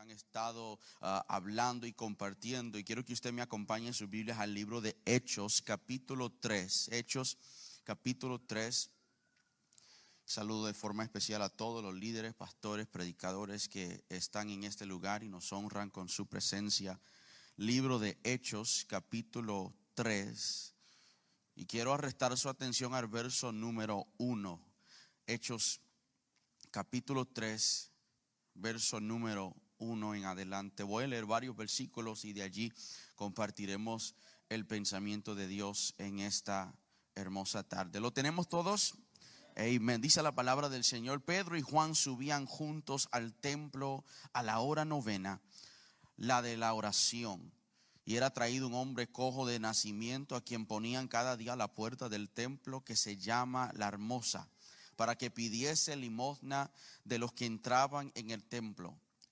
han estado hablando y compartiendo, y quiero que usted me acompañe en sus Biblias al libro de Hechos, capítulo 3. Hechos, capítulo 3. Saludo de forma especial a todos los líderes, pastores, predicadores que están en este lugar y nos honran con su presencia. Libro de Hechos, capítulo 3. Y quiero arrestar su atención al verso número 1. Hechos, capítulo 3, verso número 1 en adelante. Voy a leer varios versículos y de allí compartiremos el pensamiento de Dios en esta hermosa tarde. ¿Lo tenemos todos? Amén. Dice la palabra del Señor: Pedro y Juan subían juntos al templo a la hora novena, la de la oración. Y era traído un hombre cojo de nacimiento, a quien ponían cada día a la puerta del templo, que se llama La Hermosa, para que pidiese limosna de los que entraban en el templo.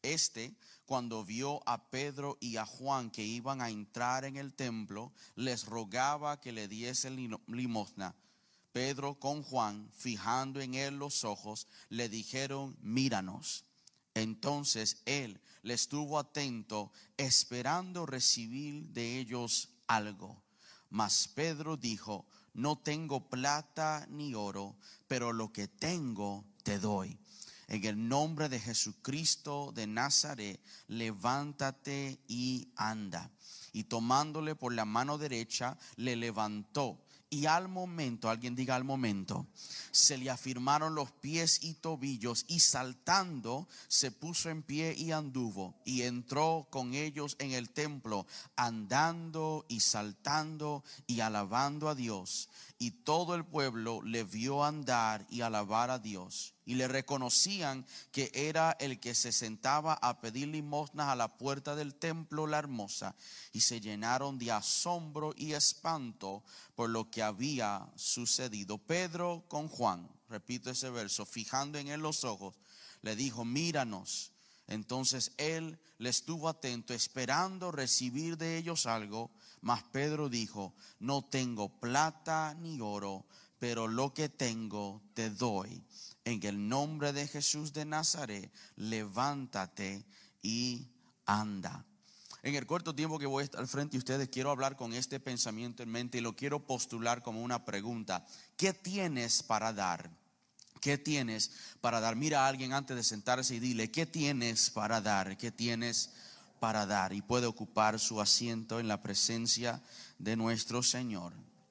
Cuando vio a Pedro y a Juan que iban a entrar en el templo, les rogaba que le diesen limosna. Pedro con Juan, fijando en él los ojos, le dijeron: míranos. Entonces él le estuvo atento, esperando recibir de ellos algo. Mas Pedro dijo: no tengo plata ni oro, pero lo que tengo te doy. En el nombre de Jesucristo de Nazaret, levántate y anda. Y tomándole por la mano derecha, le levantó. Y al momento, alguien diga al momento, se le afirmaron los pies y tobillos, y saltando se puso en pie y anduvo, y entró con ellos en el templo, andando y saltando y alabando a Dios. Y todo el pueblo le vio andar y alabar a Dios, y le reconocían que era el que se sentaba a pedir limosnas a la puerta del templo La Hermosa, y se llenaron de asombro y espanto por lo que había sucedido. Pedro con Juan, repito ese verso, fijando en él los ojos, le dijo: míranos. Entonces él le estuvo atento, esperando recibir de ellos algo. Mas Pedro dijo: no tengo plata ni oro, pero lo que tengo te doy. En el nombre de Jesús de Nazaret, levántate y anda. En el corto tiempo que voy a estar al frente de ustedes, quiero hablar con este pensamiento en mente y lo quiero postular como una pregunta. ¿Qué tienes para dar? ¿Qué tienes para dar? Mira a alguien antes de sentarse y dile: ¿qué tienes para dar? ¿Qué tienes para dar? Y puede ocupar su asiento en la presencia de nuestro Señor.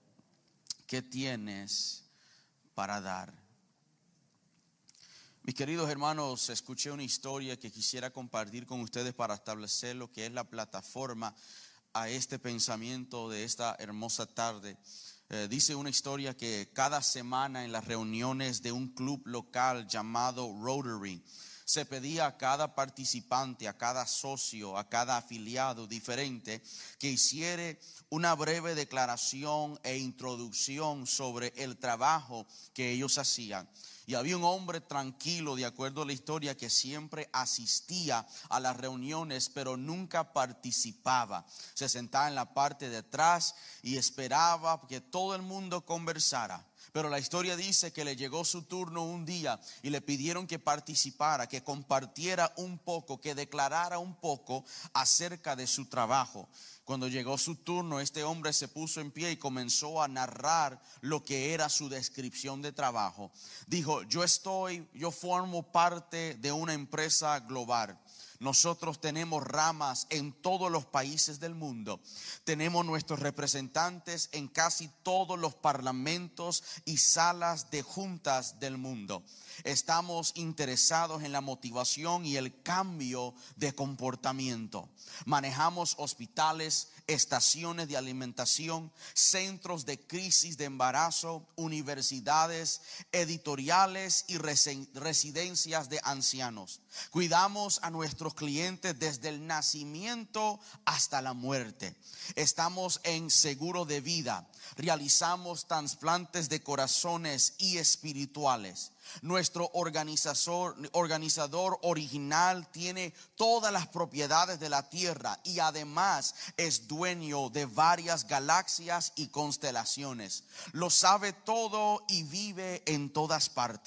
¿Qué tienes para dar? Mis queridos hermanos, escuché una historia que quisiera compartir con ustedes para establecer lo que es la plataforma a este pensamiento de esta hermosa tarde. Dice una historia que cada semana en las reuniones de un club local llamado Rotary, se pedía a cada participante, a cada socio, a cada afiliado diferente, que hiciera una breve declaración e introducción sobre el trabajo que ellos hacían. Y había un hombre tranquilo, de acuerdo a la historia, que siempre asistía a las reuniones, pero nunca participaba. Se sentaba en la parte de atrás y esperaba que todo el mundo conversara. Pero la historia dice que le llegó su turno un día y le pidieron que participara, que compartiera un poco, que declarara un poco acerca de su trabajo. Cuando llegó su turno, este hombre se puso en pie y comenzó a narrar lo que era su descripción de trabajo. Dijo: yo formo parte de una empresa global. Nosotros tenemos ramas en todos los países del mundo. Tenemos nuestros representantes en casi todos los parlamentos y salas de juntas del mundo. Estamos interesados en la motivación y el cambio de comportamiento. Manejamos hospitales, estaciones de alimentación, centros de crisis de embarazo, universidades, editoriales y residencias de ancianos. Cuidamos a nuestros clientes desde el nacimiento hasta la muerte. Estamos en seguro de vida. Realizamos trasplantes de corazones y espirituales. Nuestro organizador original tiene todas las propiedades de la tierra y además es dueño de varias galaxias y constelaciones. Lo sabe todo y vive en todas partes.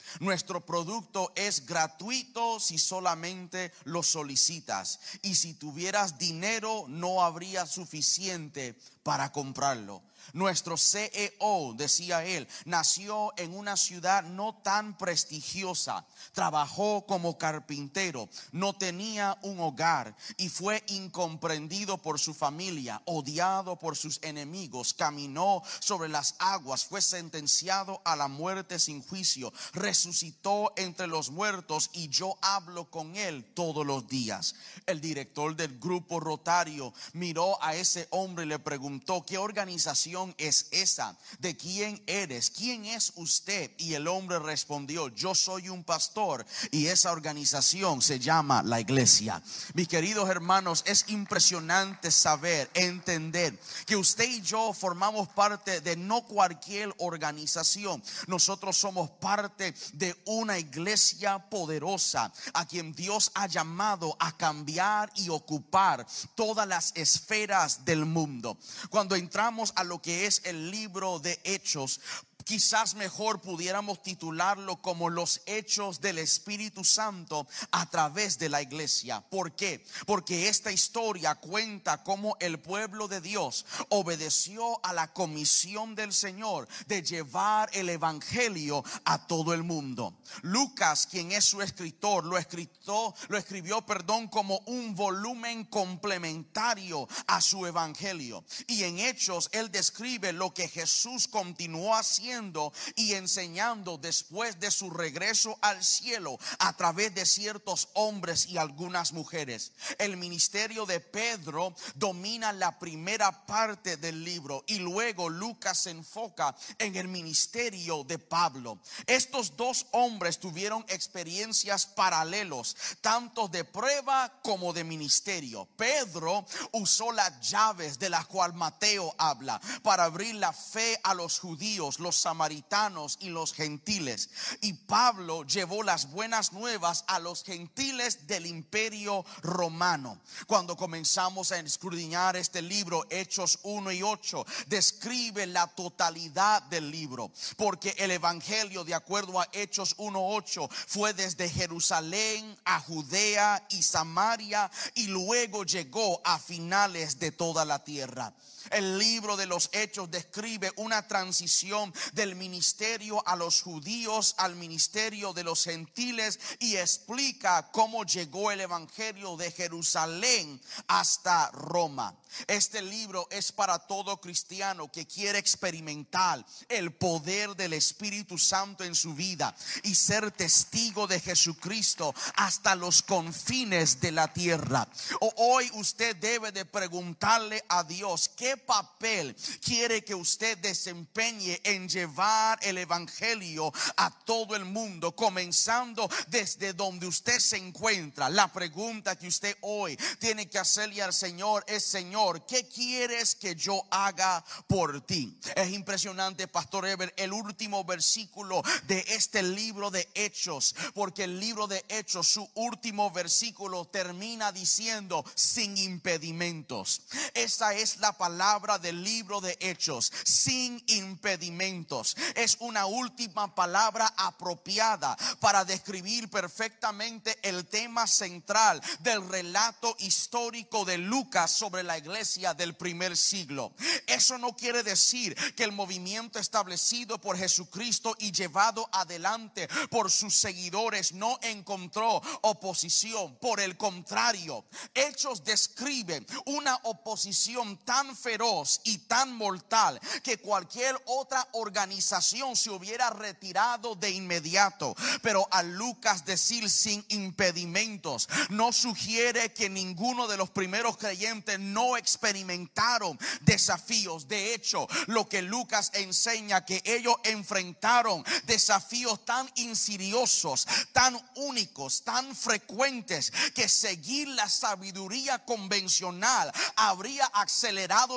Nuestro producto es gratuito si solamente lo solicitas. Y si tuvieras dinero, no habría suficiente para comprarlo. Nuestro CEO, decía él, nació en una ciudad no tan prestigiosa, trabajó como carpintero, no tenía un hogar y fue incomprendido por su familia, odiado por sus enemigos, caminó sobre las aguas, fue sentenciado a la muerte sin juicio, resucitó entre los muertos y yo hablo con él todos los días. El director del grupo Rotario miró a ese hombre y le preguntó: ¿qué organización es esa? ¿De quién eres? ¿Quién es usted? Y el hombre respondió: yo soy un pastor y esa organización se llama la iglesia. Mis queridos hermanos, es impresionante saber, entender que usted y yo formamos parte de no cualquier organización. Nosotros somos parte de una iglesia poderosa a quien Dios ha llamado a cambiar y ocupar todas las esferas del mundo. Cuando entramos a lo que es el libro de Hechos, quizás mejor pudiéramos titularlo como los hechos del Espíritu Santo a través de la iglesia. ¿Por qué? Porque esta historia cuenta cómo el pueblo de Dios obedeció a la comisión del Señor de llevar el evangelio a todo el mundo. Lucas, quien es su escritor, lo escribió como un volumen complementario a su evangelio. Y en Hechos él describe lo que Jesús continuó haciendo y enseñando después de su regreso al cielo a través de ciertos hombres y algunas mujeres. El ministerio de Pedro domina la primera parte del libro y luego Lucas se enfoca en el ministerio de Pablo. Estos dos hombres tuvieron experiencias paralelos, tanto de prueba como de ministerio. Pedro usó las llaves de las cuales Mateo habla para abrir la fe a los judíos, los samaritanos y los gentiles, y Pablo llevó las buenas nuevas a los gentiles del imperio romano. Cuando comenzamos a escudriñar este libro, Hechos 1 y 8 describe la totalidad del libro, porque el evangelio, de acuerdo a Hechos 1:8, fue desde Jerusalén a Judea y Samaria y luego llegó a finales de toda la tierra. El libro de los Hechos describe una transición del ministerio a los judíos al ministerio de los gentiles y explica cómo llegó el evangelio de Jerusalén hasta Roma. Este libro es para todo cristiano que quiere experimentar el poder del Espíritu Santo en su vida y ser testigo de Jesucristo hasta los confines de la tierra. Hoy usted debe de preguntarle a Dios qué papel quiere que usted desempeñe en llevar el evangelio a todo el mundo, comenzando desde donde usted se encuentra. La pregunta que usted hoy tiene que hacerle al Señor es: Señor, ¿qué quieres que yo haga por ti? Es impresionante, Pastor Ever, el último versículo de este libro de Hechos, porque el libro de Hechos, su último versículo termina diciendo: sin impedimentos. Esa es la palabra del libro de Hechos, sin impedimentos. Es una última palabra apropiada para describir perfectamente el tema central del relato histórico de Lucas sobre la iglesia del primer siglo. Eso no quiere decir que el movimiento establecido por Jesucristo y llevado adelante por sus seguidores no encontró oposición. Por el contrario, Hechos describe una oposición tan feroz y tan mortal que cualquier otra organización se hubiera retirado de inmediato. Pero a Lucas decir sin impedimentos no sugiere que ninguno de los primeros creyentes no experimentaron desafíos. De hecho, lo que Lucas enseña, que ellos enfrentaron desafíos tan insidiosos, tan únicos, tan frecuentes, que seguir la sabiduría convencional habría acelerado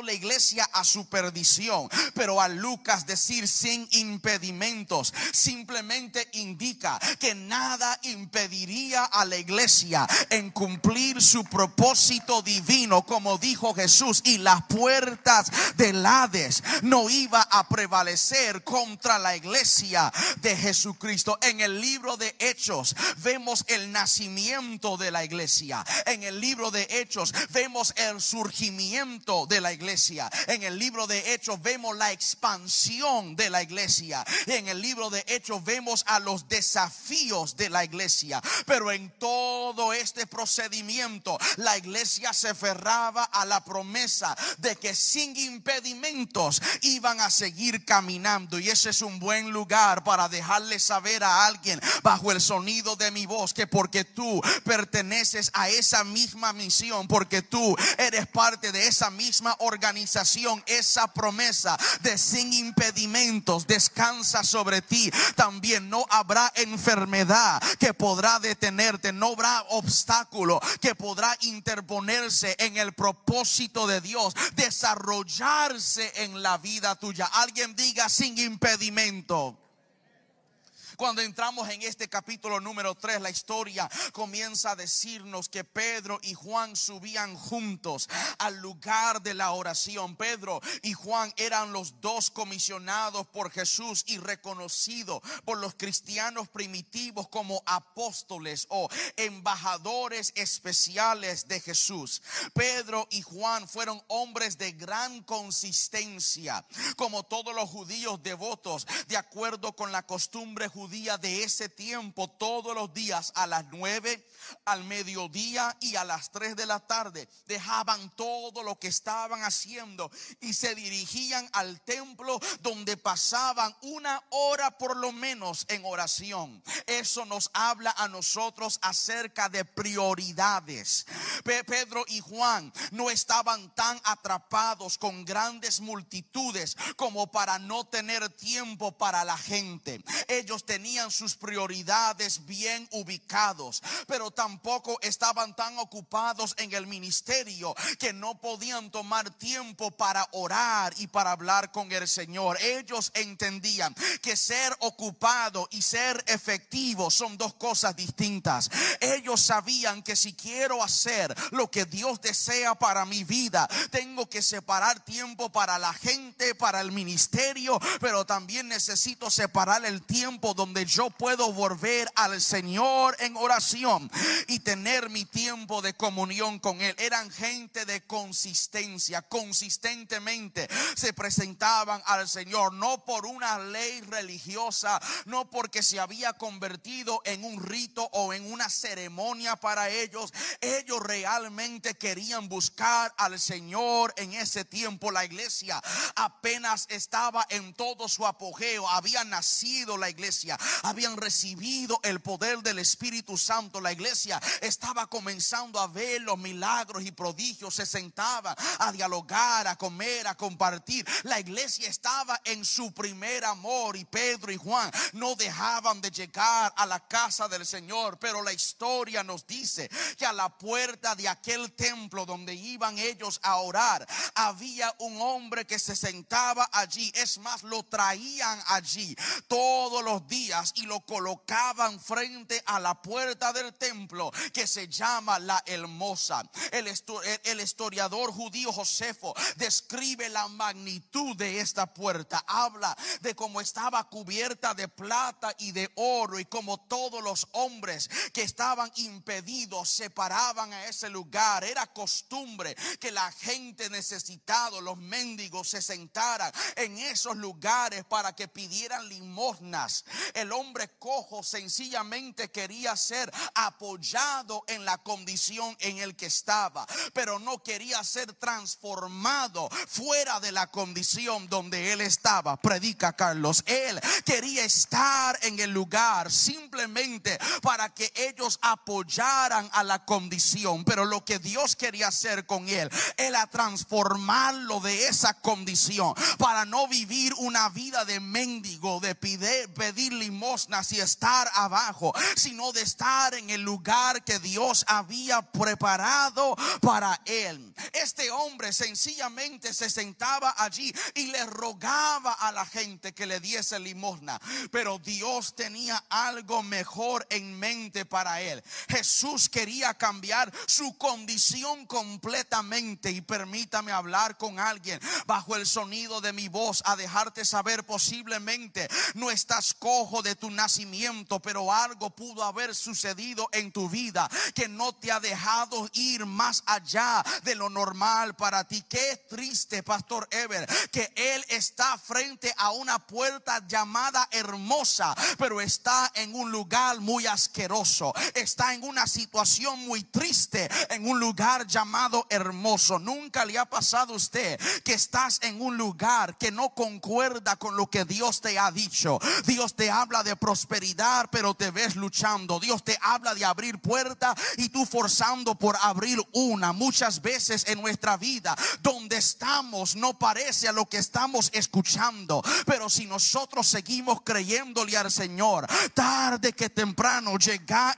la iglesia a su perdición. Pero al Lucas decir sin impedimentos, simplemente indica que nada impediría a la iglesia en cumplir su propósito divino, como dijo Jesús, y las puertas del Hades no iba a prevalecer contra la iglesia de Jesucristo. En el libro de Hechos vemos el nacimiento de la iglesia. En el libro de Hechos vemos el surgimiento de la iglesia. En el libro de Hechos vemos la expansión de la iglesia. En el libro de Hechos vemos a los desafíos de la iglesia. Pero en todo este procedimiento, la iglesia se aferraba a la promesa de que sin impedimentos iban a seguir caminando. Y ese es un buen lugar para dejarle saber a alguien bajo el sonido de mi voz que porque tú perteneces a esa misma misión, porque tú eres parte de esa misma organización, esa promesa de sin impedimentos descansa sobre ti. También no habrá enfermedad que podrá detenerte, no habrá obstáculo que podrá interponerse en el propósito de Dios desarrollarse en la vida tuya. Alguien diga sin impedimento. Cuando entramos en este capítulo número 3, la historia comienza a decirnos que Pedro y Juan subían juntos al lugar de la oración. Pedro y Juan eran los dos comisionados por Jesús y reconocidos por los cristianos primitivos como apóstoles o embajadores especiales de Jesús. Pedro y Juan fueron hombres de gran consistencia, como todos los judíos devotos, de acuerdo con la costumbre judía de ese tiempo. Todos los días a las 9, al mediodía y a las 3 de la tarde dejaban todo lo que estaban haciendo y se dirigían al templo, donde pasaban una hora por lo menos en oración. Eso nos habla a nosotros acerca de prioridades. Pedro y Juan no estaban tan atrapados con grandes multitudes como para no tener tiempo para la gente. Ellos tenían sus prioridades bien ubicados, pero tampoco estaban tan ocupados en el ministerio que no podían tomar tiempo para orar y para hablar con el Señor. Ellos entendían que ser ocupado y ser efectivo son dos cosas distintas. Ellos sabían que si quiero hacer lo que Dios desea para mi vida, tengo que separar tiempo para la gente, para el ministerio, pero también necesito separar el tiempo donde yo puedo volver al Señor en oración y tener mi tiempo de comunión con Él. Eran gente de consistencia. Consistentemente se presentaban al Señor, no por una ley religiosa, no porque se había convertido en un rito o en una ceremonia para ellos. Ellos realmente querían buscar al Señor en ese tiempo. La iglesia apenas estaba en todo su apogeo. Había nacido la iglesia, habían recibido el poder del Espíritu Santo. La iglesia estaba comenzando a ver los milagros y prodigios. Se sentaba a dialogar, a comer, a compartir. La iglesia estaba en su primer amor, y Pedro y Juan no dejaban de llegar a la casa del Señor. Pero la historia nos dice que a la puerta de aquel templo donde iban ellos a orar, había un hombre que se sentaba allí. Es más, lo traían allí todos los días y lo colocaban frente a la puerta del templo, que se llama la Hermosa. El historiador judío Josefo describe la magnitud de esta puerta. Habla de cómo estaba cubierta de plata y de oro, y como todos los hombres que estaban impedidos se paraban a ese lugar. Era costumbre que la gente necesitada, los mendigos, se sentaran en esos lugares para que pidieran limosnas. El hombre cojo sencillamente quería ser apoyado en la condición en el que estaba, pero no quería ser transformado fuera de la condición donde él estaba. Predica, Carlos. Él quería estar en el lugar simplemente para que ellos apoyaran a la condición, pero lo que Dios quería hacer con él era transformarlo de esa condición, para no vivir una vida de mendigo, de pedir limosnas y estar abajo, sino de estar en el lugar que Dios había preparado para él. Este hombre sencillamente se sentaba allí y le rogaba a la gente que le diese limosna, pero Dios tenía algo mejor en mente para él. Jesús quería cambiar su condición completamente. Y permítame hablar con alguien bajo el sonido de mi voz, a dejarte saber: posiblemente no estás cojo de tu nacimiento, pero algo pudo haber sucedido en tu vida que no te ha dejado ir más allá de lo normal para ti. Qué triste, Pastor Ever, que él está frente a una puerta llamada hermosa, pero está en un lugar muy asqueroso, está en una situación muy triste en un lugar llamado hermoso. Nunca le ha pasado a usted que estás en un lugar que no concuerda con lo que Dios te ha dicho? Dios te habla de prosperidad, pero te ves luchando. Dios te habla de abrir puertas y tú forzando por abrir una. Muchas veces en nuestra vida, donde estamos no parece a lo que estamos escuchando, pero si nosotros seguimos creyéndole al Señor, tarde que temprano llegará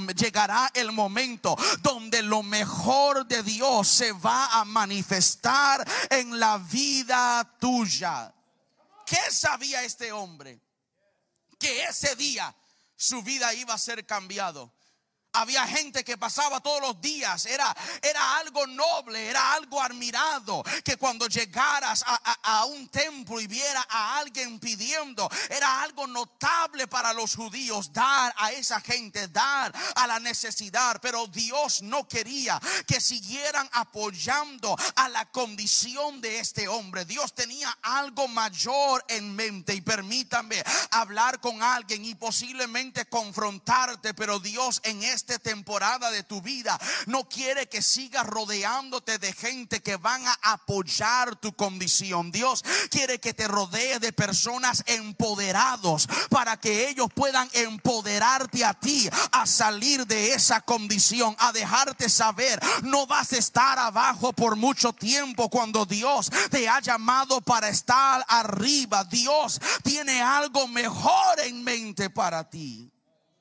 el momento donde lo mejor de Dios se va a manifestar en la vida tuya. ¿Qué sabía este hombre? Que ese día su vida iba a ser cambiado. Había gente que pasaba todos los días. Era algo noble, era algo admirado, que cuando llegaras a un templo y viera a alguien pidiendo, era algo notable para los judíos. Dar a esa gente, dar a la necesidad. Pero Dios no quería que siguieran apoyando a la condición de este hombre. Dios tenía algo mayor en mente. Y permítame hablar con alguien y posiblemente confrontarte, pero Dios en esta temporada de tu vida no quiere que sigas rodeándote de gente que van a apoyar tu condición. Dios quiere que te rodees de personas empoderados para que ellos puedan empoderarte a ti a salir de esa condición, a dejarte saber: no vas a estar abajo por mucho tiempo cuando Dios te ha llamado para estar arriba. Dios tiene algo mejor en mente para ti.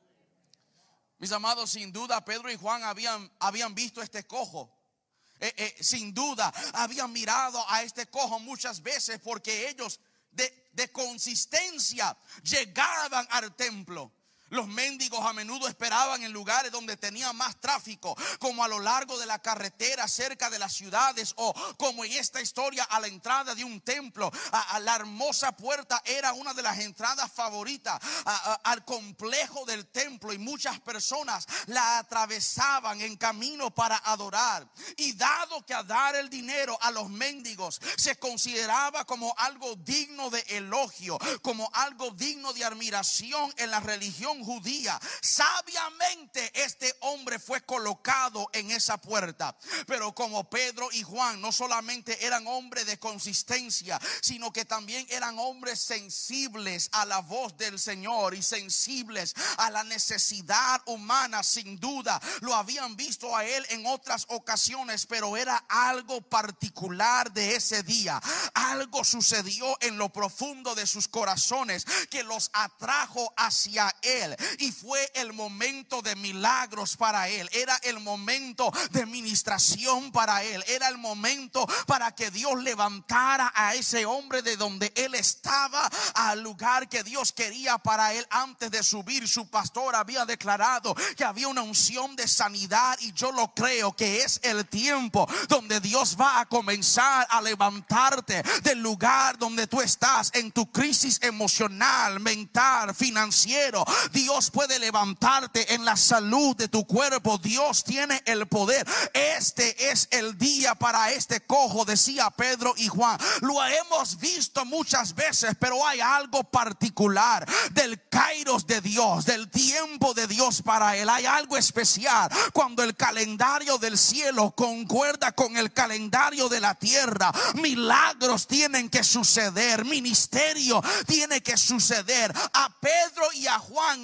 Mis amados, sin duda Pedro y Juan habían visto este cojo. Sin duda habían mirado a este cojo muchas veces, porque ellos de consistencia llegaban al templo. Los mendigos a menudo esperaban en lugares donde tenían más tráfico, como a lo largo de la carretera cerca de las ciudades, o como en esta historia a la entrada de un templo. La hermosa puerta era una de las entradas favoritas al complejo del templo, y muchas personas la atravesaban en camino para adorar. Y dado que a dar el dinero a los mendigos se consideraba como algo digno de elogio, como algo digno de admiración en la religión judía, sabiamente este hombre fue colocado en esa puerta. Pero como Pedro y Juan no solamente eran hombres de consistencia, sino que también eran hombres sensibles a la voz del Señor y sensibles a la necesidad humana, sin duda lo habían visto a él en otras ocasiones, pero era algo particular de ese día. Algo sucedió en lo profundo de sus corazones que los atrajo hacia él. Y fue el momento de milagros para él. Era el momento de ministración para él. Era el momento para que Dios levantara a ese hombre de donde él estaba al lugar que Dios quería para él. Antes de subir, su pastor había declarado que había una unción de sanidad, y yo lo creo que es el tiempo donde Dios va a comenzar a levantarte del lugar donde tú estás, en tu crisis emocional, mental, financiero. Dios puede levantarte en la salud de tu cuerpo. Dios tiene el poder. Este es el día para este cojo, decía Pedro y Juan. Lo hemos visto muchas veces, pero hay algo particular del kairos de Dios, del tiempo de Dios para él. Hay algo especial cuando el calendario del cielo concuerda con el calendario de la tierra. Milagros tienen que suceder, ministerio tiene que suceder. A Pedro y a Juan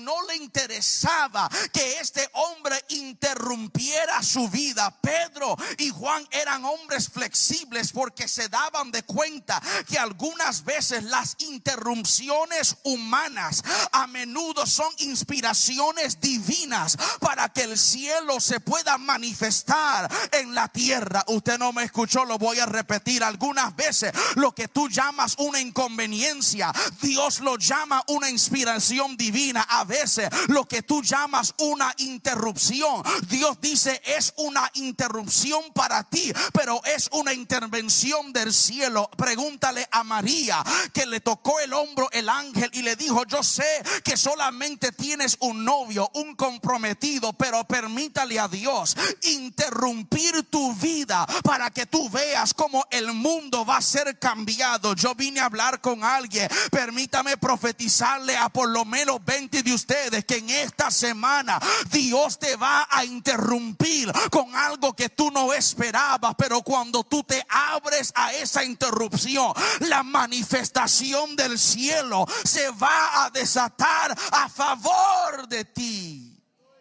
no le interesaba que este hombre interrumpiera su vida. Pedro y Juan eran hombres flexibles porque se daban de cuenta que algunas veces las interrupciones humanas a menudo son inspiraciones divinas para que el cielo se pueda manifestar en la tierra. Usted no me escuchó, lo voy a repetir. Algunas veces lo que tú llamas una inconveniencia, Dios lo llama una inspiración divina. A veces lo que tú llamas una interrupción, Dios dice es una interrupción para ti, pero es una intervención del cielo. Pregúntale a María, que le tocó el hombro el ángel y le dijo: yo sé que solamente tienes un novio, un comprometido, pero permítale a Dios interrumpir tu vida para que tú veas cómo el mundo va a ser cambiado. Yo vine a hablar con alguien. Permítame profetizarle a por lo menos 20 de ustedes que en esta semana Dios te va a interrumpir con algo que tú no esperabas, pero cuando tú te abres a esa interrupción, la manifestación del cielo se va a desatar a favor de ti.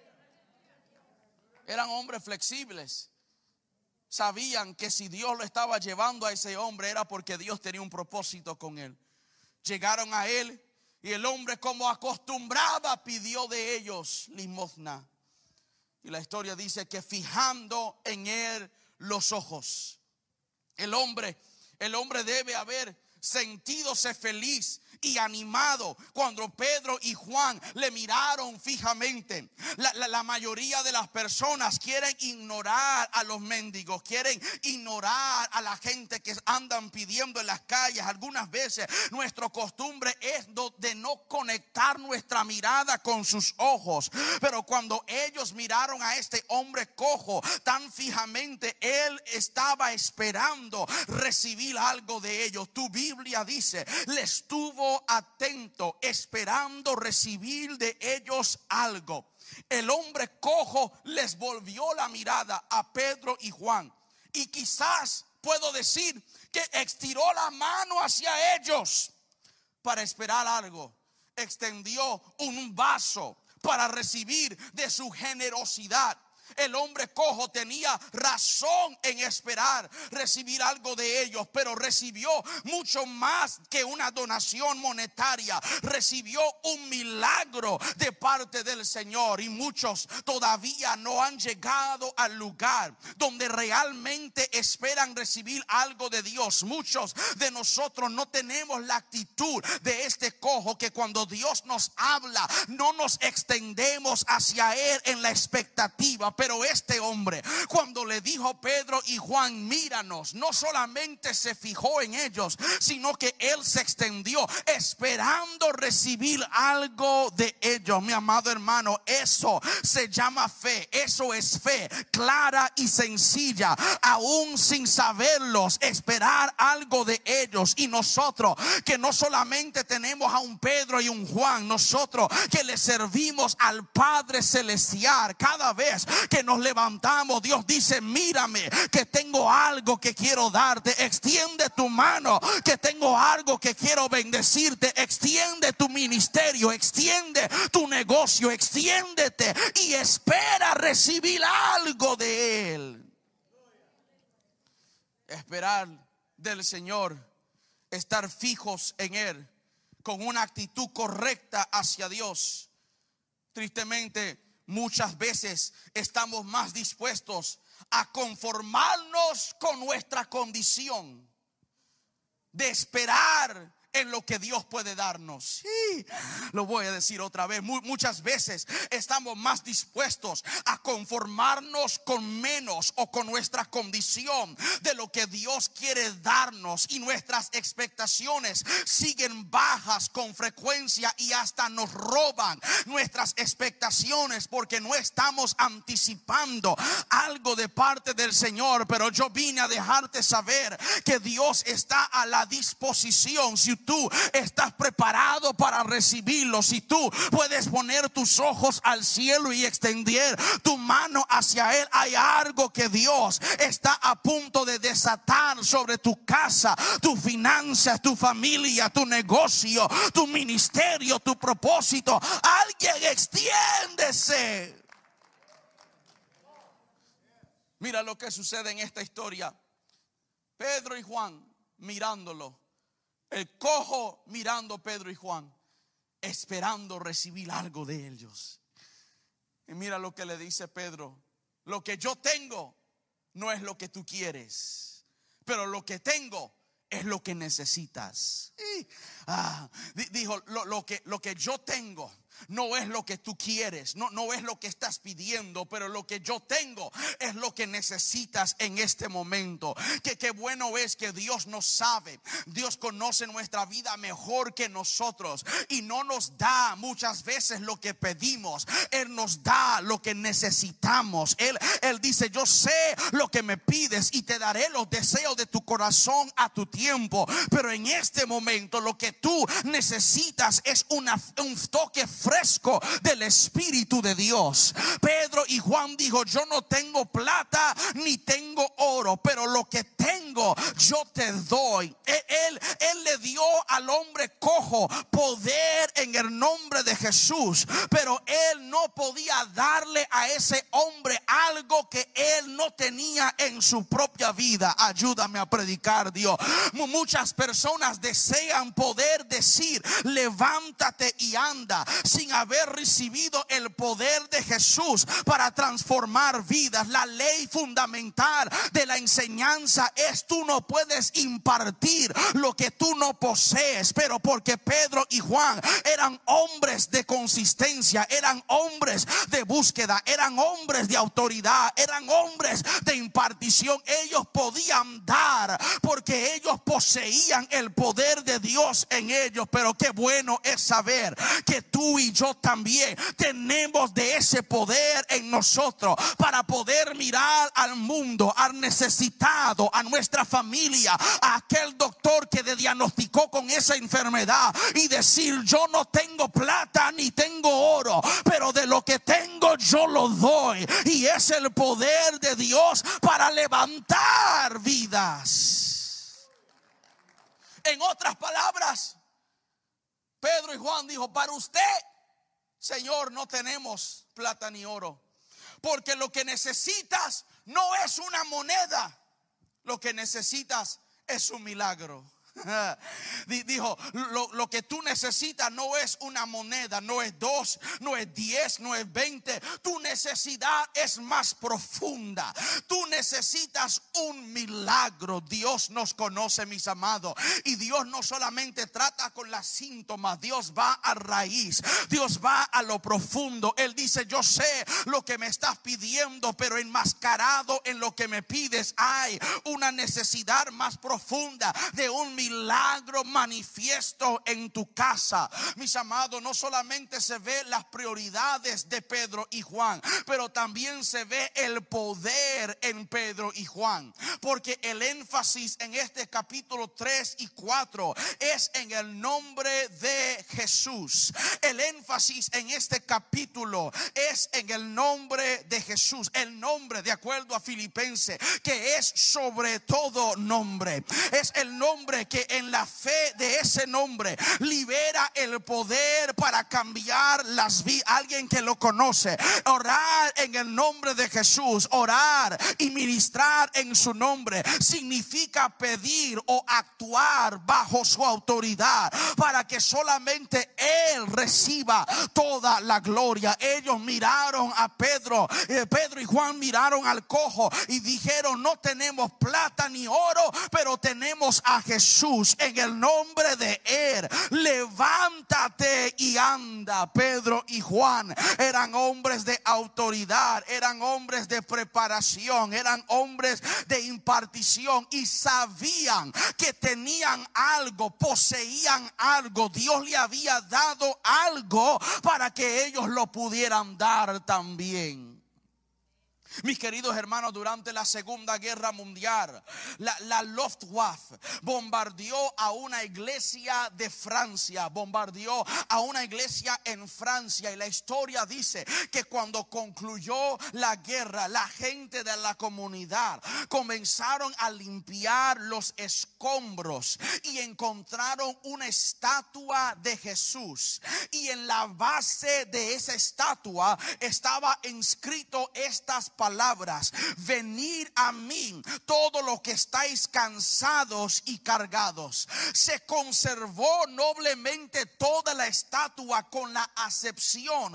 Eran hombres flexibles. Sabían que si Dios lo estaba llevando a ese hombre era porque Dios tenía un propósito con él. Llegaron a él y el hombre, como acostumbraba, pidió de ellos limosna. Y la historia dice que fijando en él los ojos, el hombre debe haber sentídose feliz y animado cuando Pedro y Juan le miraron fijamente. La mayoría de las personas quieren ignorar a los mendigos, quieren ignorar a la gente que andan pidiendo en las calles. Algunas veces nuestra costumbre es de no conectar nuestra mirada con sus ojos, pero cuando ellos miraron a este hombre cojo tan fijamente, él estaba esperando recibir algo de ellos. Tu Biblia dice: le estuvo atento, esperando recibir de ellos algo. El hombre cojo les volvió la mirada a Pedro y Juan, y quizás puedo decir que estiró la mano hacia ellos para esperar algo. Extendió un vaso para recibir de su generosidad. El hombre cojo tenía razón en esperar recibir algo de ellos, pero recibió mucho más que una donación monetaria. Recibió un milagro de parte del Señor, y muchos todavía no han llegado al lugar donde realmente esperan recibir algo de Dios. Muchos de nosotros no tenemos la actitud de este cojo, que cuando Dios nos habla no nos extendemos hacia él en la expectativa. Pero este hombre, cuando le dijo Pedro y Juan: míranos, no solamente se fijó en ellos, sino que él se extendió esperando recibir algo de ellos. Mi amado hermano, eso se llama fe. Eso es fe clara y sencilla, aún sin saberlos, esperar algo de ellos. Y nosotros que no solamente tenemos a un Pedro y un Juan, nosotros que le servimos al Padre Celestial, cada vez que nos levantamos, Dios dice: mírame, que tengo algo que quiero darte. Extiende tu mano, que tengo algo que quiero bendecirte. Extiende tu ministerio, extiende tu negocio, extiéndete y espera recibir algo de él. Esperar del Señor, estar fijos en él, con una actitud correcta hacia Dios. Tristemente, muchas veces estamos más dispuestos a conformarnos con nuestra condición de esperar en lo que Dios puede darnos. Sí, lo voy a decir otra vez. Muchas veces estamos más dispuestos a conformarnos con menos o con nuestra condición de lo que Dios quiere darnos, y nuestras expectaciones siguen bajas con frecuencia y hasta nos roban nuestras expectaciones porque no estamos anticipando algo de parte del Señor. Pero yo vine a dejarte saber que Dios está a la disposición. Si tú estás preparado para recibirlo, si tú puedes poner tus ojos al cielo y extender tu mano hacia Él, hay algo que Dios está a punto de desatar sobre tu casa, tu finanzas, tu familia, tu negocio, tu ministerio, tu propósito. Alguien extiéndese. Mira lo que sucede en esta historia. Pedro y Juan mirándolo, el cojo mirando a Pedro y Juan, esperando recibir algo de ellos. Y mira lo que le dice Pedro: lo que yo tengo no es lo que tú quieres, pero lo que tengo es lo que necesitas. Dijo, lo que yo tengo no es lo que tú quieres, no es lo que estás pidiendo, pero lo que yo tengo es lo que necesitas en este momento. Qué bueno es que Dios nos sabe, Dios conoce nuestra vida mejor que nosotros y no nos da muchas veces lo que pedimos. Él nos da lo que necesitamos. Él dice: yo sé lo que me pides y te daré los deseos de tu corazón a tu tiempo. Pero en este momento lo que tú necesitas es un toque fresco del Espíritu de Dios. Pedro y Juan dijo: yo no tengo plata ni tengo oro, pero lo que tengo yo te doy. Él le dio al hombre cojo poder en el nombre de Jesús, pero él no podía darle a ese hombre algo que él no tenía en su propia vida. Ayúdame a predicar, Dios. Muchas personas desean poder decir: levántate y anda, sin haber recibido el poder de Jesús para transformar vidas. La ley fundamental de la enseñanza es: tú no puedes impartir lo que tú no posees. Pero porque Pedro y Juan eran hombres de consistencia, eran hombres de búsqueda, eran hombres de autoridad, eran hombres de impartición, ellos podían dar porque ellos poseían el poder de Dios en ellos. Pero qué bueno es saber que tú y yo también tenemos de ese poder en nosotros para poder mirar al mundo, al necesitado, a nuestra familia, a aquel doctor que le diagnosticó con esa enfermedad y decir: yo no tengo plata ni tengo oro, pero de lo que tengo yo lo doy. Y es el poder de Dios para levantar vidas. En otras palabras, Pedro y Juan dijo: para usted, Señor, no tenemos plata ni oro, porque lo que necesitas no es una moneda, lo que necesitas es un milagro. Dijo: lo que tú necesitas no es una moneda, no es 2, no es 10, no es 20. Tu necesidad es más profunda. Tú necesitas un milagro. Dios nos conoce, mis amados, y Dios no solamente trata con las síntomas. Dios va a raíz, Dios va a lo profundo. Él dice: yo sé lo que me estás pidiendo, pero enmascarado en lo que me pides hay una necesidad más profunda de un milagro manifiesto en tu casa. Mis amados, no solamente se ve las prioridades de Pedro y Juan, pero también se ve el poder en Pedro y Juan, porque el énfasis en este capítulo 3 y 4 es en el nombre de Jesús. El énfasis en este capítulo es en el nombre de Jesús. El nombre, de acuerdo a Filipenses, que es sobre todo nombre. Es el nombre que en la fe de ese nombre libera el poder para cambiar las vidas. Alguien que lo conoce: orar en el nombre de Jesús, orar y ministrar en su nombre significa pedir o actuar bajo su autoridad para que solamente Él reciba toda la gloria. Ellos miraron a Pedro y Juan miraron al cojo y dijeron: no tenemos plata ni oro, pero tenemos a Jesús. En el nombre de Él, levántate y anda. Pedro y Juan eran hombres de autoridad, eran hombres de preparación, eran hombres de impartición y sabían que tenían algo, poseían algo. Dios le había dado algo para que ellos lo pudieran dar también. Mis queridos hermanos, durante la Segunda Guerra Mundial, la Luftwaffe bombardeó a una iglesia de Francia, bombardeó a una iglesia en Francia, y la historia dice que cuando concluyó la guerra, la gente de la comunidad comenzaron a limpiar los escombros y encontraron una estatua de Jesús, y en la base de esa estatua estaba inscrito estas palabras: venid a mí todo lo que estáis cansados y cargados. Se conservó noblemente toda la estatua con la excepción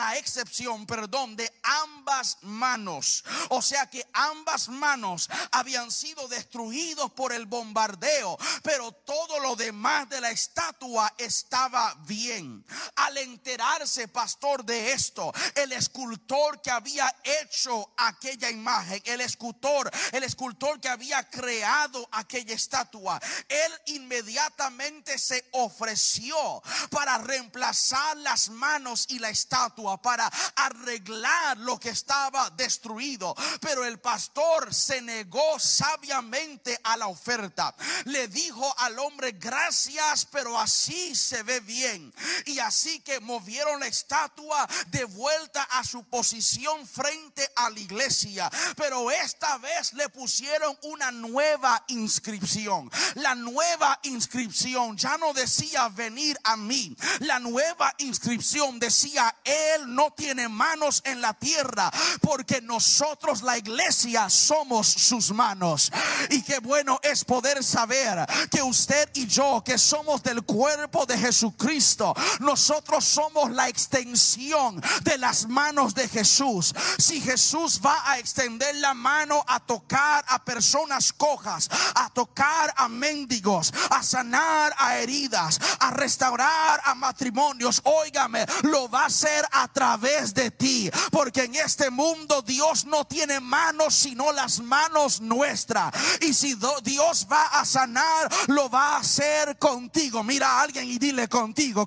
de ambas manos. O sea que ambas manos habían sido destruidos por el bombardeo, pero todo lo demás de la estatua estaba bien. Al enterarse, pastor, de esto, el escultor que había hecho aquella imagen, el escultor que había creado aquella estatua, él inmediatamente se ofreció para reemplazar las manos y la estatua, para arreglar lo que estaba destruido. Pero el pastor se negó sabiamente a la oferta. Le dijo al hombre: gracias, pero así se ve bien. Y así que movieron la estatua de vuelta a su posición frente a la iglesia, pero esta vez le pusieron una nueva inscripción. La nueva inscripción ya no decía venir a mí, la nueva inscripción decía: él no tiene manos en la tierra, porque nosotros, la iglesia, somos sus manos. Y qué bueno es poder saber que usted y yo, que somos del cuerpo de Jesucristo, nosotros somos la extensión de las manos de Jesús. Si Jesús va a extender la mano a tocar a personas cojas, a tocar a mendigos, a sanar a heridas, a restaurar a matrimonios, óigame, lo va a hacer a través de ti, porque en este mundo Dios no tiene manos sino las manos nuestras. Y si Dios va a sanar, lo va a hacer contigo. Mira a alguien y dile: contigo.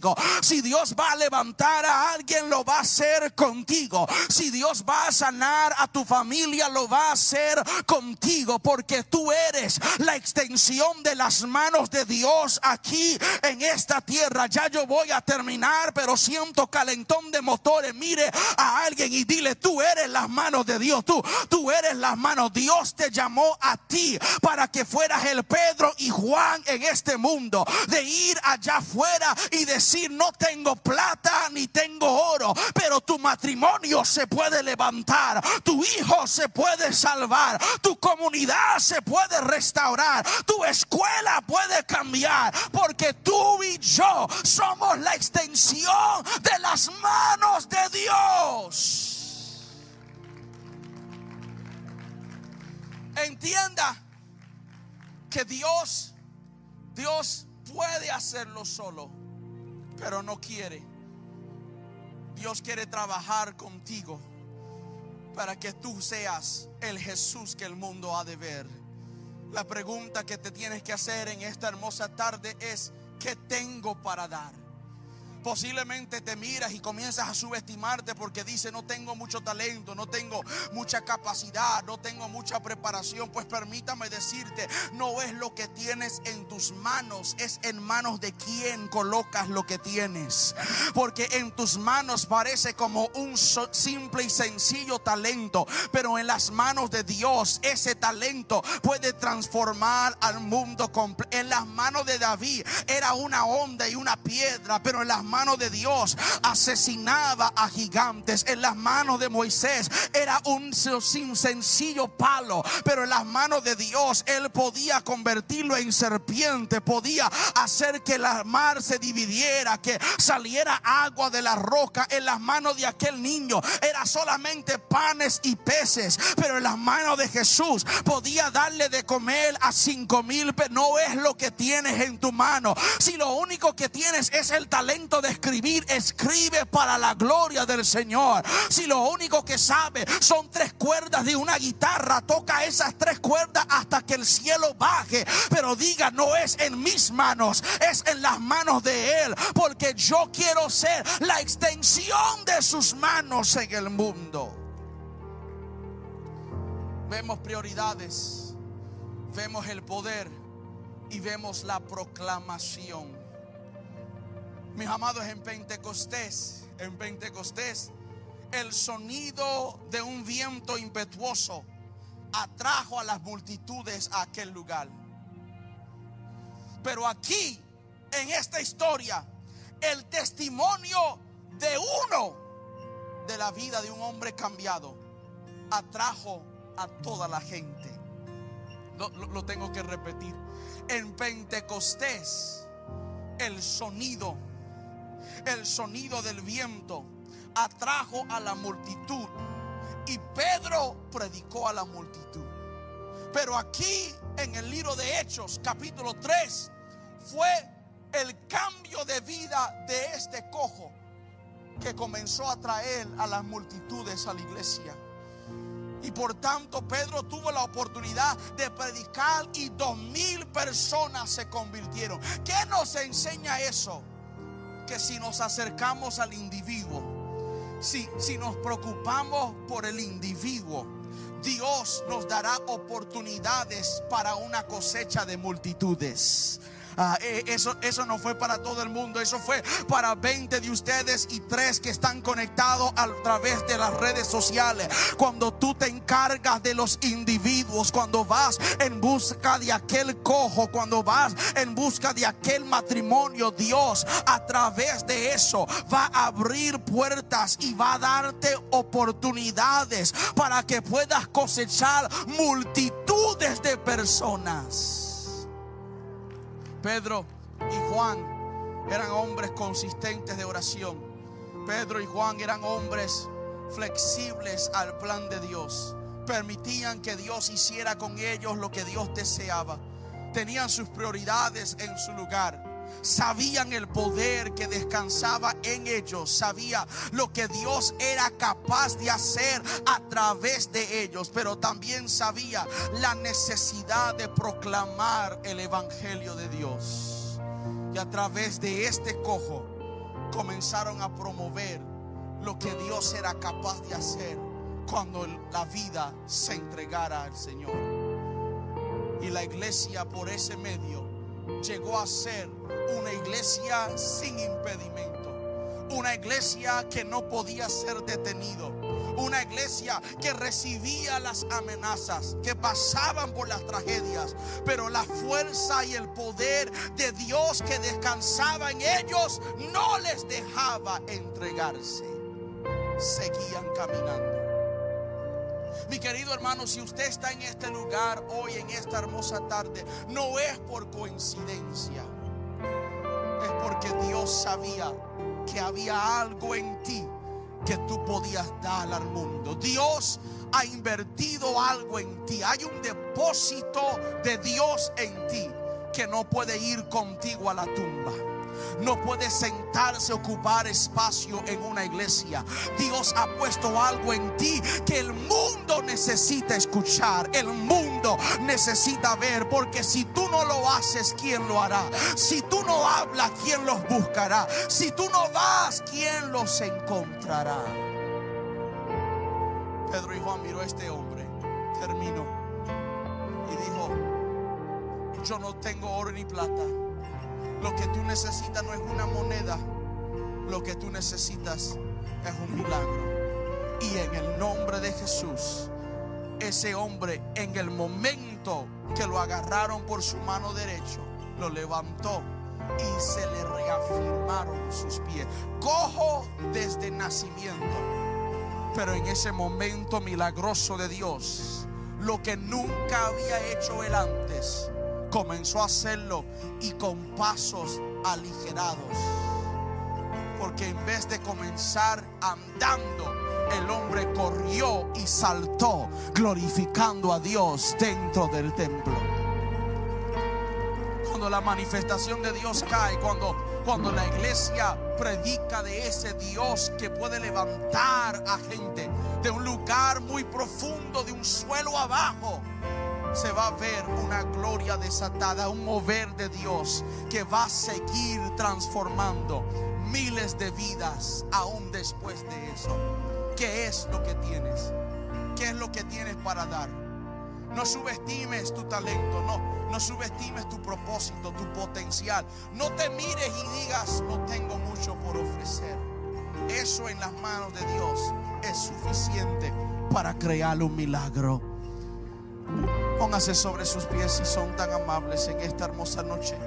Si Dios va a levantar a alguien, lo va a hacer contigo. Si Dios va a sanar a tu familia, lo va a hacer contigo, porque tú eres la extensión de las manos de Dios aquí en esta tierra. Ya yo voy a terminar, pero siento calentón de motores. Mire a alguien y dile: tú eres las manos de Dios. Tú eres las manos. Dios te llamó a ti para que fueras el Pedro y Juan en este mundo, de ir allá afuera y decir: no tengo plata ni tengo oro, pero tu matrimonio se puede levantar, tu hijo se puede salvar, tu comunidad se puede restaurar, tu escuela puede cambiar, porque tú y yo somos la extensión de las manos de Dios. Entienda que Dios puede hacerlo solo, pero no quiere. Dios quiere trabajar contigo para que tú seas el Jesús que el mundo ha de ver. La pregunta que te tienes que hacer en esta hermosa tarde es: ¿qué tengo para dar? Posiblemente te miras y comienzas a subestimarte porque dices: no tengo mucho talento, no tengo mucha capacidad, no tengo mucha preparación. Pues permítame decirte, no es lo que tienes en tus manos, es en manos de quien colocas lo que tienes. Porque en tus manos parece como un simple y sencillo talento, pero en las manos de Dios ese talento puede transformar al mundo completo. En las manos de David era una onda y una piedra, pero en las manos de Dios asesinaba a gigantes. En las manos de Moisés era un sencillo palo, pero en las manos de Dios él podía convertirlo en serpiente, podía hacer que la mar se dividiera, que saliera agua de la roca. En las manos de aquel niño era solamente panes y peces, pero en las manos de Jesús podía darle de comer a 5,000. No es lo que tienes en tu mano. Si lo único que tienes es el talento de escribir, escribe para la gloria del Señor. Si lo único que sabe son 3 cuerdas de una guitarra, toca esas 3 cuerdas hasta que el cielo baje, pero diga: no es en mis manos, es en las manos de Él, porque yo quiero ser la extensión de sus manos en el mundo. vemos prioridades, vemos el poder y vemos la proclamación. Mis amados, en Pentecostés, el sonido de un viento impetuoso atrajo a las multitudes a aquel lugar. Pero aquí, en esta historia, el testimonio de uno de la vida de un hombre cambiado atrajo a toda la gente. Lo tengo que repetir. En Pentecostés, el sonido del viento atrajo a la multitud y Pedro predicó a la multitud. Pero aquí en el libro de Hechos capítulo 3 fue el cambio de vida de este cojo que comenzó a traer a las multitudes a la iglesia. Y por tanto Pedro tuvo la oportunidad de predicar y 2,000 personas se convirtieron. ¿Qué nos enseña eso? Que si nos acercamos al individuo, si nos preocupamos por el individuo, Dios nos dará oportunidades para una cosecha de multitudes. Eso no fue para todo el mundo, eso fue para 20 de ustedes y 3 que están conectados a través de las redes sociales. Cuando tú te encargas de los individuos, cuando vas en busca de aquel cojo, cuando vas en busca de aquel matrimonio, Dios a través de eso va a abrir puertas y va a darte oportunidades para que puedas cosechar multitudes de personas. Pedro y Juan eran hombres consistentes de oración. Pedro y Juan eran hombres flexibles al plan de Dios. Permitían que Dios hiciera con ellos lo que Dios deseaba. Tenían sus prioridades en su lugar. Sabían el poder que descansaba en ellos. Sabía lo que Dios era capaz de hacer a través de ellos. Pero también sabía la necesidad de proclamar el evangelio de Dios. Y a través de este cojo comenzaron a promover lo que Dios era capaz de hacer cuando la vida se entregara al Señor. Y la iglesia por ese medio llegó a ser una iglesia sin impedimento, una iglesia que no podía ser detenido, una iglesia que recibía las amenazas, que pasaban por las tragedias, pero la fuerza y el poder de Dios que descansaba en ellos no les dejaba entregarse. Seguían caminando. Mi querido hermano, si usted está en este lugar hoy, en esta hermosa tarde, no es por coincidencia. Es porque Dios sabía que había algo en ti que tú podías dar al mundo. Dios ha invertido algo en ti. Hay un depósito de Dios en ti que no puede ir contigo a la tumba. No puede sentarse, ocupar espacio en una iglesia. Dios ha puesto algo en ti que el mundo necesita escuchar, el mundo necesita ver. Porque si tú no lo haces, ¿quién lo hará? Si tú no hablas, ¿quién los buscará? Si tú no vas, ¿quién los encontrará? Pedro y Juan miró a este hombre, terminó y dijo: yo no tengo oro ni plata. Lo que tú necesitas no es una moneda. Lo que tú necesitas es un milagro. Y en el nombre de Jesús, ese hombre, en el momento que lo agarraron por su mano derecha, lo levantó y se le reafirmaron sus pies. Cojo desde nacimiento, pero en ese momento milagroso de Dios, lo que nunca había hecho él antes, comenzó a hacerlo, y con pasos aligerados. Porque en vez de comenzar andando, el hombre corrió y saltó, glorificando a Dios dentro del templo. Cuando la manifestación de Dios cae, cuando la iglesia predica de ese Dios que puede levantar a gente de un lugar muy profundo, de un suelo abajo, se va a ver una gloria desatada, un mover de Dios que va a seguir transformando miles de vidas aún después de eso. ¿Qué es lo que tienes? ¿Qué es lo que tienes para dar? No subestimes tu talento, no subestimes tu propósito, tu potencial. No te mires y digas, no tengo mucho por ofrecer. Eso en las manos de Dios es suficiente para crear un milagro. Póngase sobre sus pies si son tan amables en esta hermosa noche.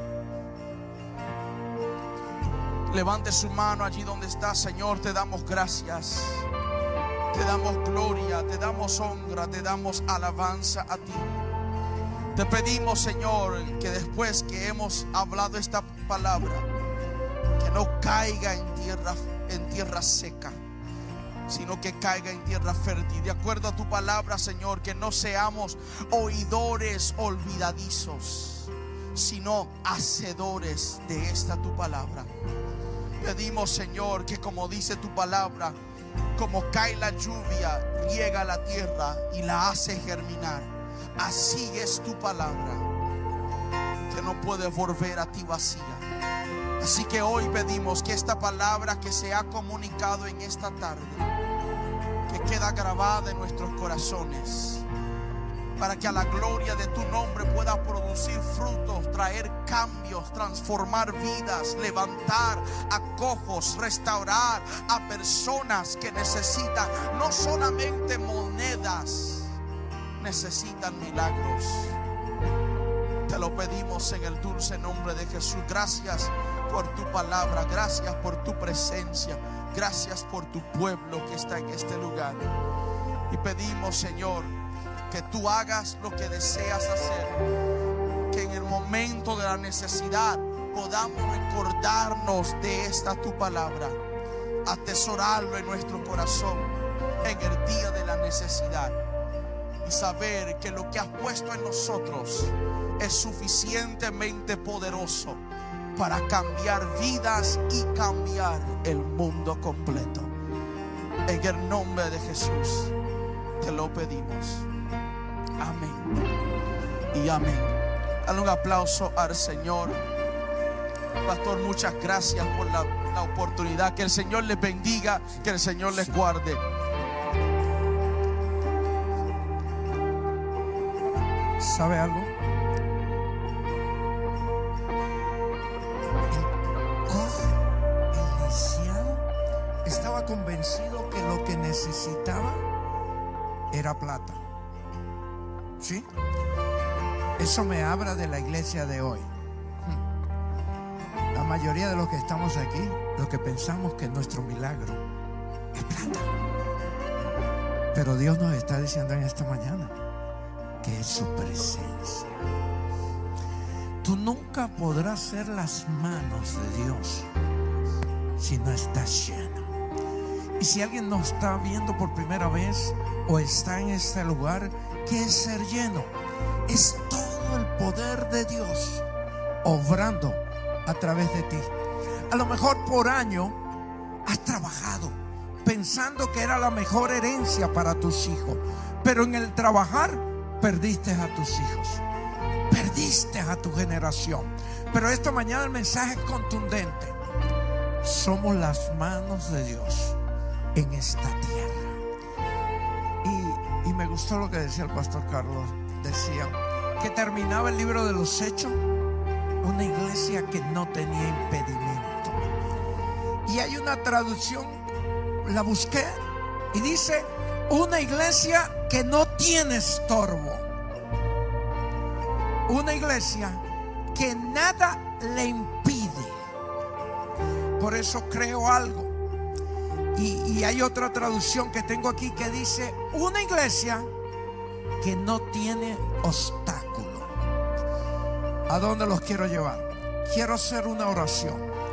Levante su mano allí donde está. Señor, te damos gracias, te damos gloria, te damos honra, te damos alabanza a ti. Te pedimos, Señor, que después que hemos hablado esta palabra, que no caiga en tierra seca, sino que caiga en tierra fértil. De acuerdo a tu palabra, Señor, que no seamos oidores olvidadizos, sino hacedores de esta tu palabra. Pedimos, Señor, que como dice tu palabra, como cae la lluvia, riega la tierra y la hace germinar. Así es tu palabra, que no puede volver a ti vacía. Así que hoy pedimos que esta palabra que se ha comunicado en esta tarde, que queda grabada en nuestros corazones, para que a la gloria de tu nombre pueda producir frutos, traer cambios, transformar vidas, levantar a cojos, restaurar a personas que necesitan no solamente monedas, necesitan milagros. Te lo pedimos en el dulce nombre de Jesús. Gracias por tu palabra, gracias por tu presencia, gracias por tu pueblo que está en este lugar. Y pedimos, Señor, que tú hagas lo que deseas hacer, que en el momento de la necesidad podamos recordarnos de esta tu palabra, atesorarlo en nuestro corazón en el día de la necesidad, y saber que lo que has puesto en nosotros es suficientemente poderoso para cambiar vidas y cambiar el mundo completo. En el nombre de Jesús te lo pedimos. Amén y amén. Dale un aplauso al Señor. Pastor, muchas gracias por la oportunidad. Que el Señor les bendiga, que el Señor les guarde. ¿Sabe algo? El lisiado estaba convencido que lo que necesitaba era plata. ¿Sí? Eso me habla de la iglesia de hoy. La mayoría de los que estamos aquí, lo que pensamos que nuestro milagro es plata. Pero Dios nos está diciendo en esta mañana que es su presencia. Tú nunca podrás ser las manos de Dios si no estás lleno. Y si alguien nos está viendo por primera vez o está en este lugar, ¿qué es ser lleno? Es todo el poder de Dios obrando a través de ti. A lo mejor por año has trabajado pensando que era la mejor herencia para tus hijos, pero en el trabajar perdiste a tus hijos, perdiste a tu generación. Pero esta mañana el mensaje es contundente. Somos las manos de Dios en esta tierra. Y me gustó lo que decía el pastor Carlos. Decía que terminaba el libro de los Hechos, una iglesia que no tenía impedimento. Y hay una traducción, la busqué, y dice una iglesia que no tiene estorbo, una iglesia que nada le impide. Por eso creo algo. Y hay otra traducción que tengo aquí que dice una iglesia que no tiene obstáculo. ¿A dónde los quiero llevar? Quiero hacer una oración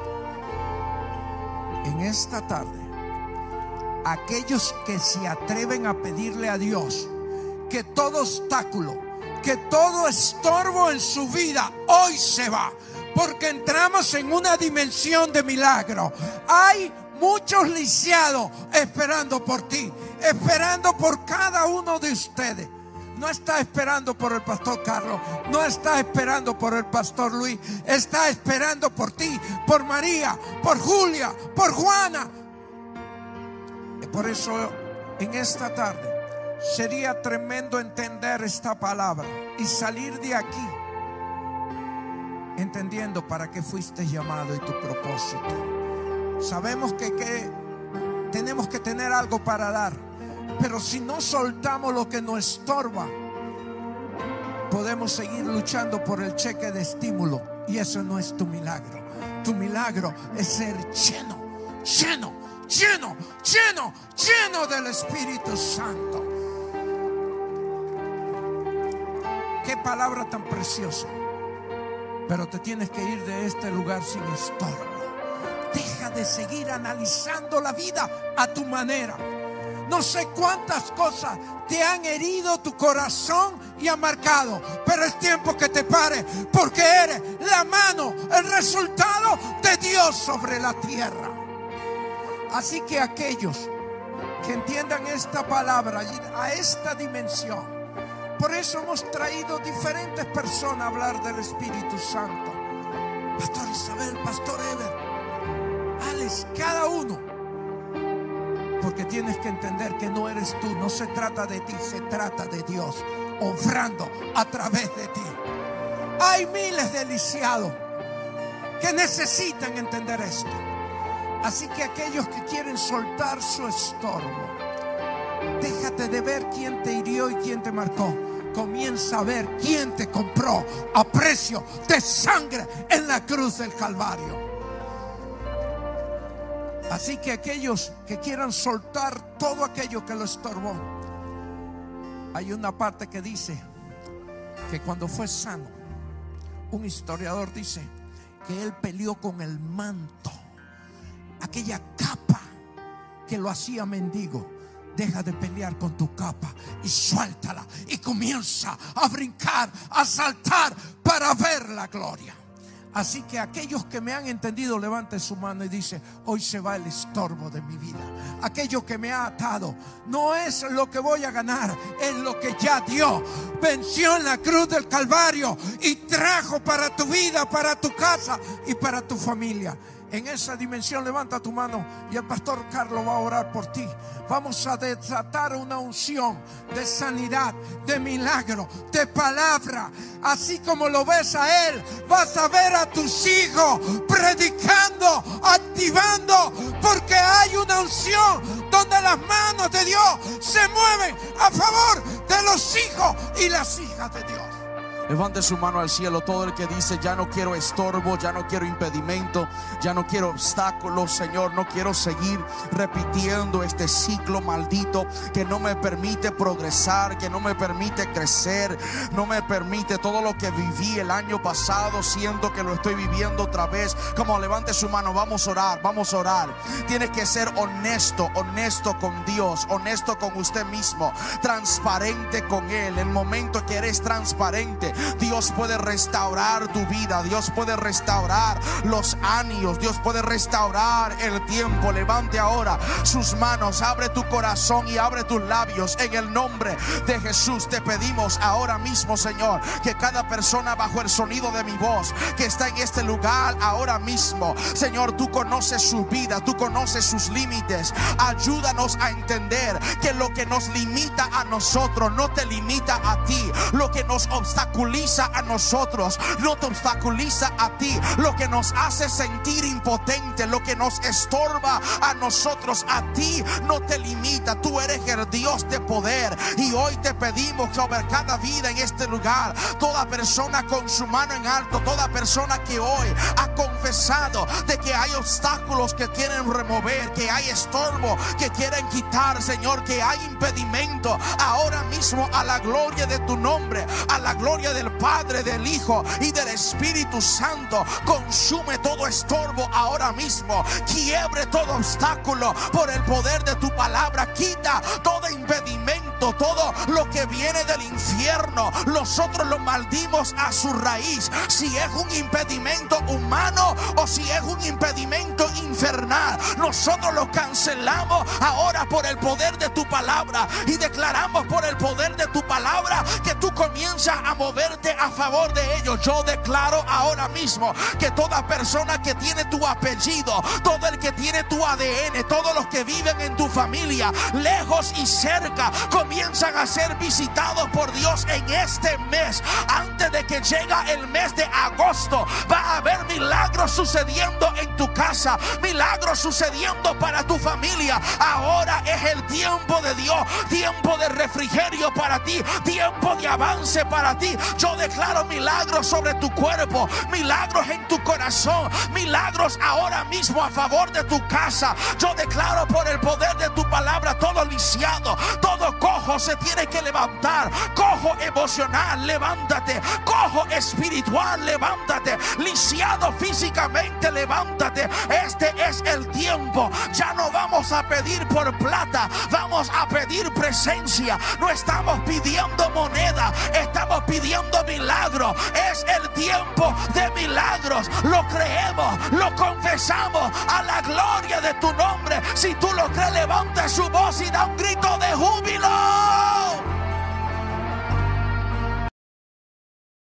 en esta tarde. Aquellos que se atreven a pedirle a Dios que todo obstáculo, que todo estorbo en su vida hoy se va, porque entramos en una dimensión de milagro. Hay muchos lisiados esperando por ti, esperando por cada uno de ustedes. No está esperando por el pastor Carlos, no está esperando por el pastor Luis, está esperando por ti, por María, por Julia, por Juana. Y por eso en esta tarde Sería tremendo entender esta palabra y salir de aquí entendiendo para qué fuiste llamado y tu propósito. Sabemos que tenemos que tener algo para dar, pero si no soltamos lo que nos estorba, podemos seguir luchando por el cheque de estímulo, y eso no es tu milagro. Tu milagro es ser lleno del Espíritu Santo. Qué palabra tan preciosa. Pero te tienes que ir de este lugar sin estorbo. Deja de seguir analizando la vida a tu manera. No sé cuántas cosas te han herido tu corazón y han marcado, pero es tiempo que te pares, porque eres la mano, el resultado de Dios sobre la tierra. Así que aquellos que entiendan esta palabra a esta dimensión, por eso hemos traído diferentes personas a hablar del Espíritu Santo. Pastor Isabel, Pastor Ever, Alex, cada uno. Porque tienes que entender que no eres tú, no se trata de ti, se trata de Dios obrando a través de ti. Hay miles de lisiados que necesitan entender esto. Así que aquellos que quieren soltar su estorbo, déjate de ver quién te hirió y quién te marcó. Comienza a ver quién te compró a precio de sangre en la cruz del Calvario. Así que aquellos que quieran soltar todo aquello que lo estorbó, hay una parte que dice que cuando fue sano, un historiador dice que él peleó con el manto, aquella capa que lo hacía mendigo. Deja de pelear con tu capa y suéltala y comienza a brincar, a saltar para ver la gloria. Así que aquellos que me han entendido, levanten su mano y dice: hoy se va el estorbo de mi vida. Aquello que me ha atado no es lo que voy a ganar, es lo que ya dio. Venció en la cruz del Calvario y trajo para tu vida, para tu casa y para tu familia. En esa dimensión levanta tu mano y el pastor Carlos va a orar por ti. Vamos a desatar una unción de sanidad, de milagro, de palabra. Así como lo ves a él, vas a ver a tus hijos predicando, activando, porque hay una unción donde las manos de Dios se mueven a favor de los hijos y las hijas de Dios. Levante su mano al cielo todo el que dice: ya no quiero estorbo, ya no quiero impedimento, ya no quiero obstáculos, Señor. No quiero seguir repitiendo este ciclo maldito que no me permite progresar, que no me permite crecer, no me permite todo lo que viví el año pasado. Siento que lo estoy viviendo otra vez. Como levante su mano, vamos a orar, vamos a orar. Tienes que ser honesto con Dios, honesto con usted mismo, transparente con Él. En el momento que eres transparente, Dios puede restaurar tu vida, Dios puede restaurar los años, Dios puede restaurar el tiempo. Levante ahora sus manos, abre tu corazón y abre tus labios. En el nombre de Jesús te pedimos ahora mismo, Señor, que cada persona bajo el sonido de mi voz que está en este lugar ahora mismo, Señor, tú conoces su vida, tú conoces sus límites. Ayúdanos a entender que lo que nos limita a nosotros no te limita a ti. Lo que nos obstaculiza a nosotros no te obstaculiza a ti. Lo que nos hace sentir impotente, lo que nos estorba a nosotros, a ti no te limita. Tú eres el Dios de poder, y hoy te pedimos sobre cada vida en este lugar, toda persona con su mano en alto, toda persona que hoy ha confesado de que hay obstáculos que quieren remover, que hay estorbo que quieren quitar, Señor, que hay impedimento, ahora mismo a la gloria de tu nombre, a la gloria del Padre, del Hijo y del Espíritu Santo, consume todo estorbo ahora mismo, quiebre todo obstáculo por el poder de tu palabra, quita todo impedimento, todo lo que viene del infierno, nosotros lo maldimos a su raíz. Si es un impedimento humano o si es un impedimento infernal, nosotros lo cancelamos ahora por el poder de tu palabra y declaramos por el poder de tu palabra que tú comienzas a mover moverte a favor de ellos. Yo declaro ahora mismo que toda persona que tiene tu apellido, todo el que tiene tu ADN, todos los que viven en tu familia, lejos y cerca, comienzan a ser visitados por Dios en este mes. Antes de que llega el mes de agosto, va a haber milagros sucediendo en tu casa, milagros sucediendo para tu familia. Ahora es el tiempo de Dios, tiempo de refrigerio para ti, tiempo de avance para ti. Yo declaro milagros sobre tu cuerpo, milagros en tu corazón, milagros ahora mismo a favor de tu casa. Yo declaro por el poder de tu palabra, todo lisiado, todo cojo se tiene que levantar. Cojo emocional, levántate. Cojo espiritual, levántate. Lisiado físicamente, levántate. Este es el tiempo. Ya no vamos a pedir por plata, vamos a pedir presencia. No estamos pidiendo moneda, estamos pidiendo milagro. Es el tiempo de milagros. Lo creemos, lo confesamos a la gloria de tu nombre. Si tú lo crees, levanta su voz y da un grito de júbilo.